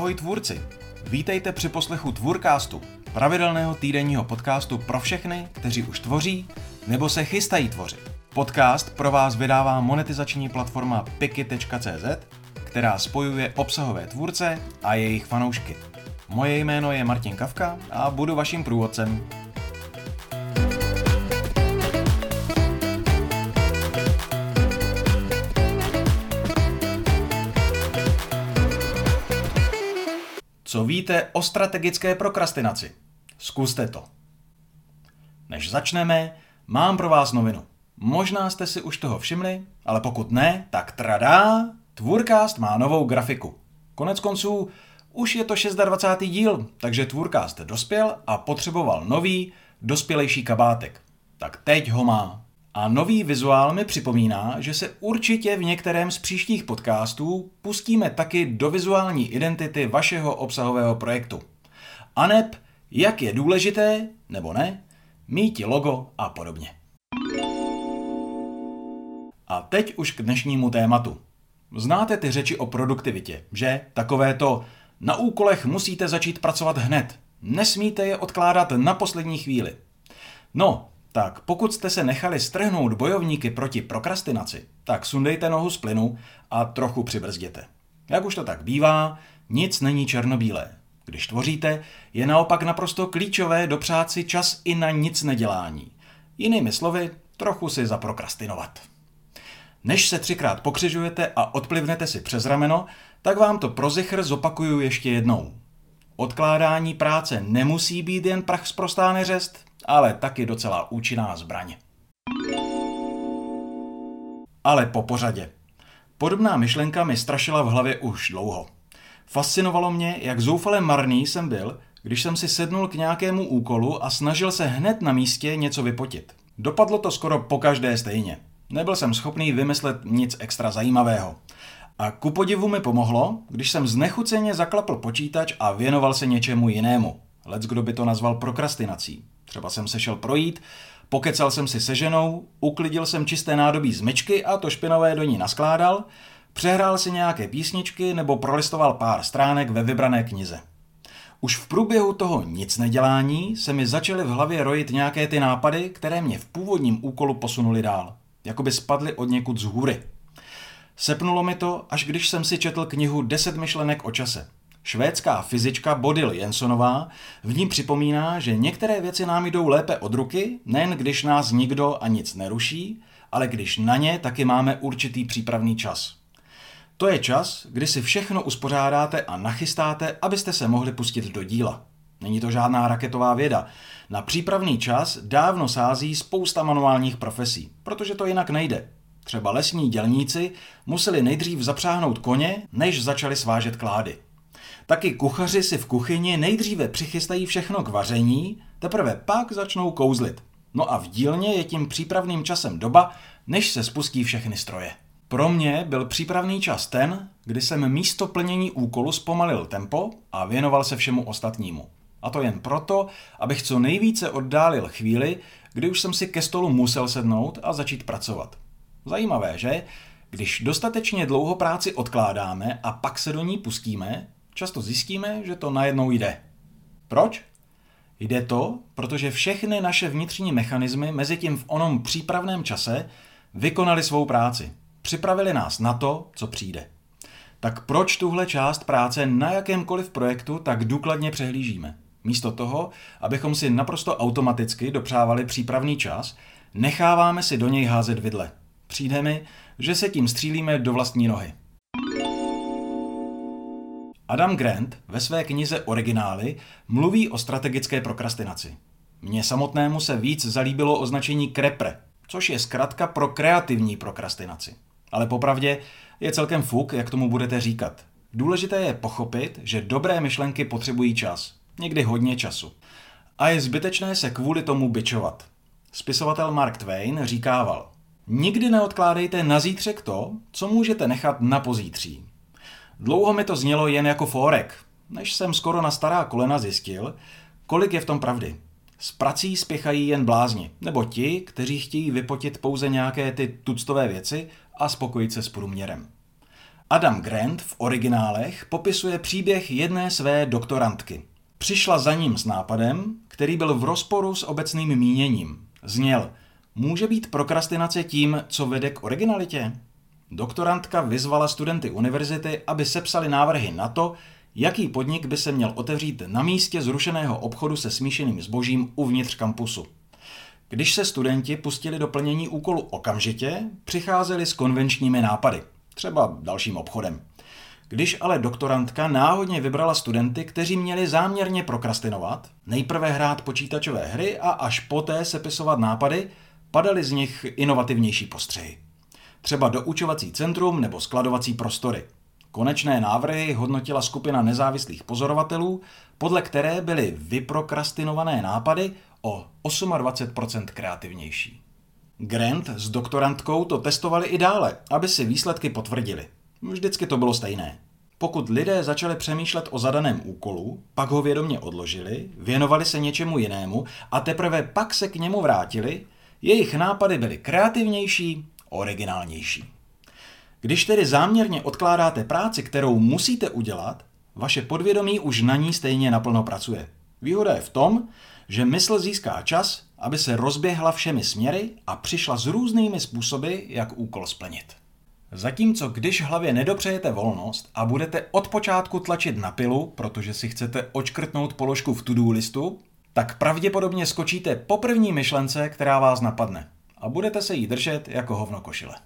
Ahoj tvůrci, vítejte při poslechu Tvůrcastu, pravidelného týdenního podcastu pro všechny, kteří už tvoří nebo se chystají tvořit. Podcast pro vás vydává monetizační platforma Piky.cz, která spojuje obsahové tvůrce a jejich fanoušky. Moje jméno je Martin Kavka a budu vaším průvodcem. Co víte o strategické prokrastinaci? Zkuste to. Než začneme, mám pro vás novinu. Možná jste si už toho všimli, ale pokud ne, tak tradá, Tvůrcast má novou grafiku. Koneckonců, už je to 26. díl, takže Tvůrcast dospěl a potřeboval nový, dospělejší kabátek. Tak teď ho má. A nový vizuál mi připomíná, že se určitě v některém z příštích podcastů pustíme taky do vizuální identity vašeho obsahového projektu. Aneb, jak je důležité, nebo ne, míti logo a podobně. A teď už k dnešnímu tématu. Znáte ty řeči o produktivitě, že? Takové to, na úkolech musíte začít pracovat hned. Nesmíte je odkládat na poslední chvíli. No, tak pokud jste se nechali strhnout bojovníky proti prokrastinaci, tak sundejte nohu z plynu a trochu přibrzděte. Jak už to tak bývá, nic není černobílé. Když tvoříte, je naopak naprosto klíčové dopřát si čas i na nic nedělání. Jinými slovy, trochu si zaprokrastinovat. Než se 3krát pokřižujete a odplivnete si přes rameno, tak vám to pro zichr zopakuju ještě jednou. Odkládání práce nemusí být jen prach sprostá neřest, ale taky docela účinná zbraň. Ale po pořadě. Podobná myšlenka mi strašila v hlavě už dlouho. Fascinovalo mě, jak zoufale marný jsem byl, když jsem si sednul k nějakému úkolu a snažil se hned na místě něco vypotit. Dopadlo to skoro pokaždé stejně. Nebyl jsem schopný vymyslet nic extra zajímavého. A ku podivu mi pomohlo, když jsem znechuceně zaklapl počítač a věnoval se něčemu jinému. Leckdo by to nazval prokrastinací. Třeba jsem se šel projít, pokecal jsem si se ženou, uklidil jsem čisté nádobí z myčky a to špinavé do ní naskládal, přehrál si nějaké písničky nebo prolistoval pár stránek ve vybrané knize. Už v průběhu toho nic nedělání se mi začaly v hlavě rojit nějaké ty nápady, které mě v původním úkolu posunuly dál. Jakoby spadly od někud z hůry. Sepnulo mi to, až když jsem si četl knihu 10 myšlenek o čase. Švédská fyzička Bodil Jensonová v ní připomíná, že některé věci nám jdou lépe od ruky, nejen když nás nikdo a nic neruší, ale když na ně taky máme určitý přípravný čas. To je čas, kdy si všechno uspořádáte a nachystáte, abyste se mohli pustit do díla. Není to žádná raketová věda. Na přípravný čas dávno sází spousta manuálních profesí, protože to jinak nejde. Třeba lesní dělníci museli nejdřív zapřáhnout koně, než začali svážet klády. Taky kuchaři si v kuchyni nejdříve přichystají všechno k vaření, teprve pak začnou kouzlit. No a v dílně je tím přípravným časem doba, než se spustí všechny stroje. Pro mě byl přípravný čas ten, kdy jsem místo plnění úkolu zpomalil tempo a věnoval se všemu ostatnímu. A to jen proto, abych co nejvíce oddálil chvíli, kdy už jsem si ke stolu musel sednout a začít pracovat. Zajímavé, že? Když dostatečně dlouho práci odkládáme a pak se do ní pustíme, často zjistíme, že to najednou jde. Proč? Jde to, protože všechny naše vnitřní mechanismy mezi tím v onom přípravném čase vykonaly svou práci. Připravili nás na to, co přijde. Tak proč tuhle část práce na jakémkoliv projektu tak důkladně přehlížíme? Místo toho, abychom si naprosto automaticky dopřávali přípravný čas, necháváme si do něj házet vidle. Přijde mi, že se tím střílíme do vlastní nohy. Adam Grant ve své knize Originály mluví o strategické prokrastinaci. Mně samotnému se víc zalíbilo označení KREPRE, což je zkratka pro kreativní prokrastinaci. Ale popravdě je celkem fuk, jak tomu budete říkat. Důležité je pochopit, že dobré myšlenky potřebují čas. Někdy hodně času. A je zbytečné se kvůli tomu bičovat. Spisovatel Mark Twain říkával: nikdy neodkládejte na zítřek to, co můžete nechat na pozítří. Dlouho mi to znělo jen jako fórek, než jsem skoro na stará kolena zjistil, kolik je v tom pravdy. S prací spěchají jen blázni, nebo ti, kteří chtějí vypotit pouze nějaké ty tuctové věci a spokojit se s průměrem. Adam Grant v originálech popisuje příběh jedné své doktorandky. Přišla za ním s nápadem, který byl v rozporu s obecným míněním. Zněl: může být prokrastinace tím, co vede k originalitě? Doktorandka vyzvala studenty univerzity, aby sepsali návrhy na to, jaký podnik by se měl otevřít na místě zrušeného obchodu se smíšeným zbožím uvnitř kampusu. Když se studenti pustili do plnění úkolu okamžitě, přicházeli s konvenčními nápady, třeba dalším obchodem. Když ale doktorandka náhodně vybrala studenty, kteří měli záměrně prokrastinovat, nejprve hrát počítačové hry a až poté sepisovat nápady, padaly z nich inovativnější postřehy. Třeba doučovací centrum nebo skladovací prostory. Konečné návrhy hodnotila skupina nezávislých pozorovatelů, podle které byly vyprokrastinované nápady o 28% kreativnější. Grant s doktorandkou to testovali i dále, aby si výsledky potvrdili. Vždycky to bylo stejné. Pokud lidé začali přemýšlet o zadaném úkolu, pak ho vědomě odložili, věnovali se něčemu jinému a teprve pak se k němu vrátili, jejich nápady byly kreativnější, originálnější. Když tedy záměrně odkládáte práci, kterou musíte udělat, vaše podvědomí už na ní stejně naplno pracuje. Výhoda je v tom, že mysl získá čas, aby se rozběhla všemi směry a přišla s různými způsoby, jak úkol splnit. Zatímco když hlavě nedopřejete volnost a budete od počátku tlačit na pilu, protože si chcete odškrtnout položku v to-do listu, tak pravděpodobně skočíte po první myšlence, která vás napadne. A budete se jí držet jako hovno košile.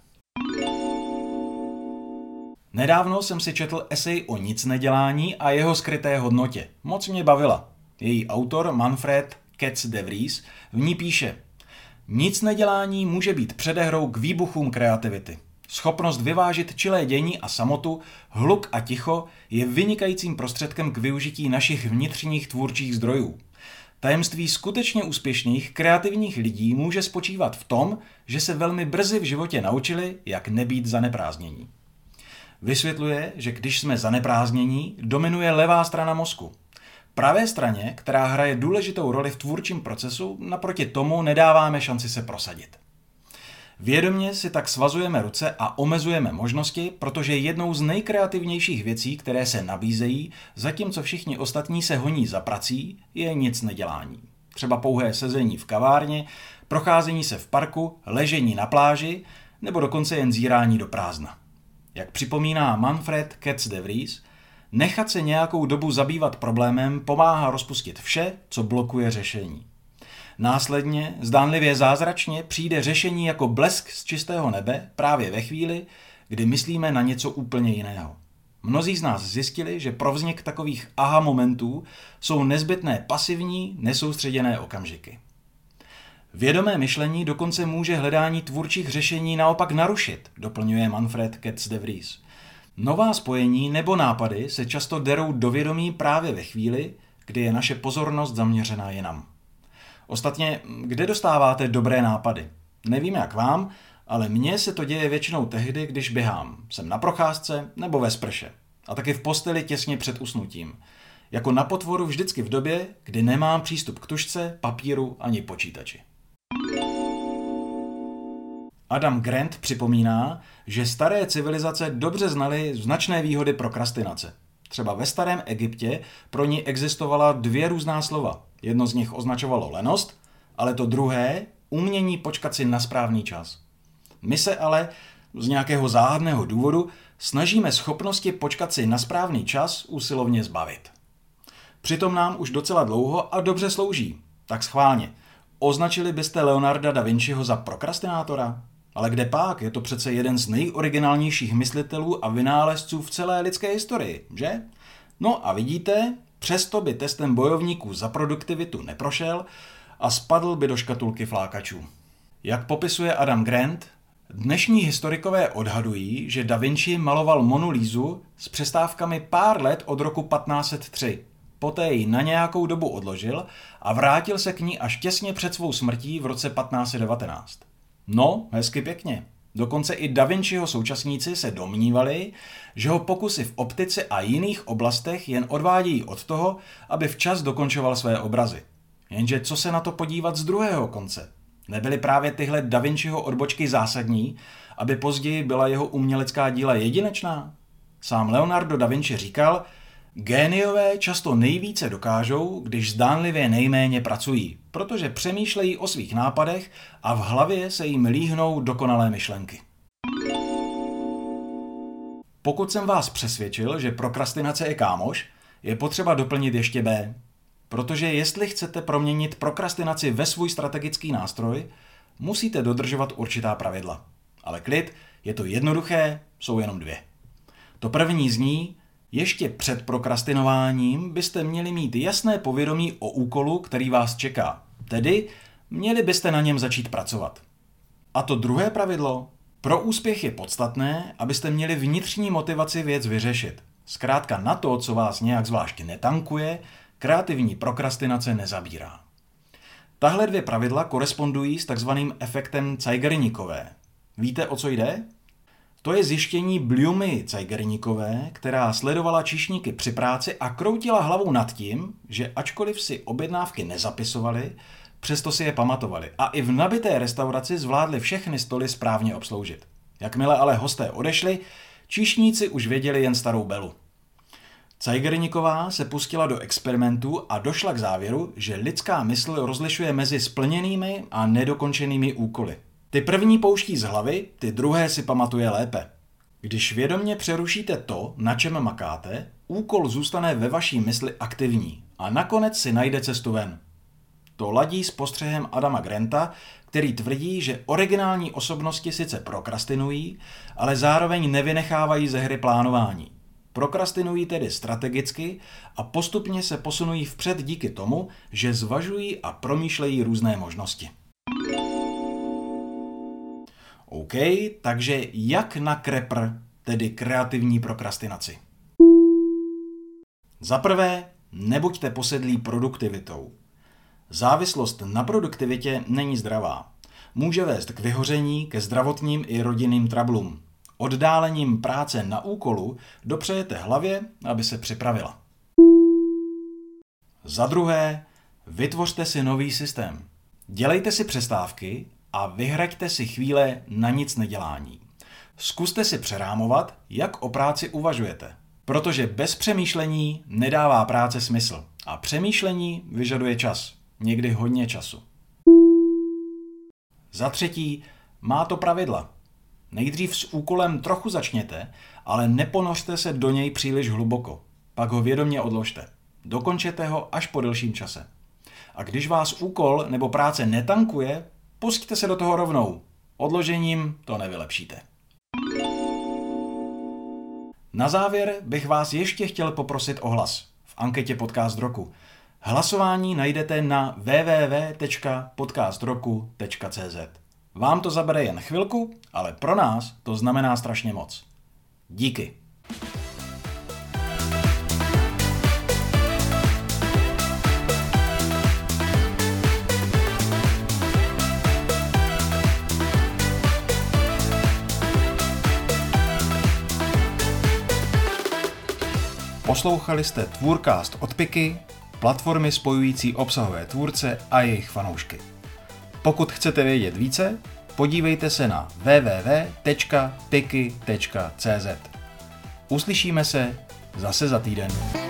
Nedávno jsem si četl esej o nicnedělání a jeho skryté hodnotě. Moc mě bavila. Její autor Manfred Katz de Vries v ní píše: nicnedělání může být předehrou k výbuchům kreativity. Schopnost vyvážit čilé dění a samotu, hluk a ticho je vynikajícím prostředkem k využití našich vnitřních tvůrčích zdrojů. Tajemství skutečně úspěšných, kreativních lidí může spočívat v tom, že se velmi brzy v životě naučili, jak nebýt zaneprázdnění. Vysvětluje, že když jsme zaneprázdnění, dominuje levá strana mozku. Pravé straně, která hraje důležitou roli v tvůrčím procesu, naproti tomu nedáváme šanci se prosadit. Vědomě si tak svazujeme ruce a omezujeme možnosti, protože jednou z nejkreativnějších věcí, které se nabízejí, zatímco všichni ostatní se honí za prací, je nic nedělání. Třeba pouhé sezení v kavárně, procházení se v parku, ležení na pláži nebo dokonce jen zírání do prázdna. Jak připomíná Manfred Katz de Vries, nechat se nějakou dobu zabývat problémem pomáhá rozpustit vše, co blokuje řešení. Následně, zdánlivě zázračně, přijde řešení jako blesk z čistého nebe právě ve chvíli, kdy myslíme na něco úplně jiného. Mnozí z nás zjistili, že pro vznik takových aha momentů jsou nezbytné pasivní, nesoustředěné okamžiky. Vědomé myšlení dokonce může hledání tvůrčích řešení naopak narušit, doplňuje Manfred Katz de Vries. Nová spojení nebo nápady se často derou do vědomí právě ve chvíli, kdy je naše pozornost zaměřená jinam. Ostatně, kde dostáváte dobré nápady? Nevím jak vám, ale mně se to děje většinou tehdy, když běhám. Jsem na procházce nebo ve sprše. A taky v posteli těsně před usnutím. Jako na potvoru vždycky v době, kdy nemám přístup k tužce, papíru ani počítači. Adam Grant připomíná, že staré civilizace dobře znaly značné výhody prokrastinace. Třeba ve starém Egyptě pro ní existovala dvě různá slova. Jedno z nich označovalo lenost, ale to druhé umění počkat si na správný čas. My se ale z nějakého záhadného důvodu snažíme schopnosti počkat si na správný čas usilovně zbavit. Přitom nám už docela dlouho a dobře slouží. Tak schválně. Označili byste Leonarda da Vinciho za prokrastinátora? Ale kde pak? Je to přece jeden z nejoriginálnějších myslitelů a vynálezců v celé lidské historii, že? No a vidíte, přesto by testem bojovníků za produktivitu neprošel a spadl by do škatulky flákačů. Jak popisuje Adam Grant, dnešní historikové odhadují, že Da Vinci maloval Monu Lísu s přestávkami pár let od roku 1503. Poté ji na nějakou dobu odložil a vrátil se k ní až těsně před svou smrtí v roce 1519. No, hezky pěkně. Dokonce i Da Vinciho současníci se domnívali, že ho pokusy v optice a jiných oblastech jen odvádějí od toho, aby včas dokončoval své obrazy. Jenže co se na to podívat z druhého konce? Nebyly právě tyhle Da Vinciho odbočky zásadní, aby později byla jeho umělecká díla jedinečná? Sám Leonardo da Vinci říkal, géniové často nejvíce dokážou, když zdánlivě nejméně pracují, protože přemýšlejí o svých nápadech a v hlavě se jim líhnou dokonalé myšlenky. Pokud jsem vás přesvědčil, že prokrastinace je kámoš, je potřeba doplnit ještě B. Protože jestli chcete proměnit prokrastinaci ve svůj strategický nástroj, musíte dodržovat určitá pravidla. Ale klid, je to jednoduché, jsou jenom 2. To první zní, ještě před prokrastinováním byste měli mít jasné povědomí o úkolu, který vás čeká. Tedy měli byste na něm začít pracovat. A to druhé pravidlo, pro úspěch je podstatné, abyste měli vnitřní motivaci věc vyřešit. Zkrátka na to, co vás nějak zvlášť netankuje, kreativní prokrastinace nezabírá. Tahle 2 pravidla korespondují s takzvaným efektem Zeigarnikové. Víte, o co jde? To je zjištění Blumy Zeigarnikové, která sledovala číšníky při práci a kroutila hlavou nad tím, že ačkoliv si objednávky nezapisovali, přesto si je pamatovali a i v nabité restauraci zvládli všechny stoly správně obsloužit. Jakmile ale hosté odešli, číšníci už věděli jen starou belu. Zeigarniková se pustila do experimentu a došla k závěru, že lidská mysl rozlišuje mezi splněnými a nedokončenými úkoly. Ty první pouští z hlavy, ty druhé si pamatuje lépe. Když vědomě přerušíte to, na čem makáte, úkol zůstane ve vaší mysli aktivní a nakonec si najde cestu ven. To ladí s postřehem Adama Granta, který tvrdí, že originální osobnosti sice prokrastinují, ale zároveň nevynechávají ze hry plánování. Prokrastinují tedy strategicky a postupně se posunují vpřed díky tomu, že zvažují a promýšlejí různé možnosti. OK, takže jak na krepr, tedy kreativní prokrastinaci? Za prvé, nebuďte posedlí produktivitou. Závislost na produktivitě není zdravá. Může vést k vyhoření, ke zdravotním i rodinným trablům. Oddálením práce na úkolu dopřejete hlavě, aby se připravila. Za druhé, vytvořte si nový systém. Dělejte si přestávky a vyhraďte si chvíle na nic nedělání. Zkuste si přerámovat, jak o práci uvažujete. Protože bez přemýšlení nedává práce smysl. A přemýšlení vyžaduje čas. Někdy hodně času. Za třetí, má to pravidla. Nejdřív s úkolem trochu začněte, ale neponořte se do něj příliš hluboko. Pak ho vědomě odložte. Dokončete ho až po delším čase. A když vás úkol nebo práce netankuje, pusťte se do toho rovnou. Odložením to nevylepšíte. Na závěr bych vás ještě chtěl poprosit o hlas v anketě Podcast roku. Hlasování najdete na www.podcastroku.cz. Vám to zabere jen chvilku, ale pro nás to znamená strašně moc. Díky. Poslouchali jste Tvůrcast od Piky, platformy spojující obsahové tvůrce a jejich fanoušky. Pokud chcete vědět více, podívejte se na www.piky.cz. Uslyšíme se zase za týden.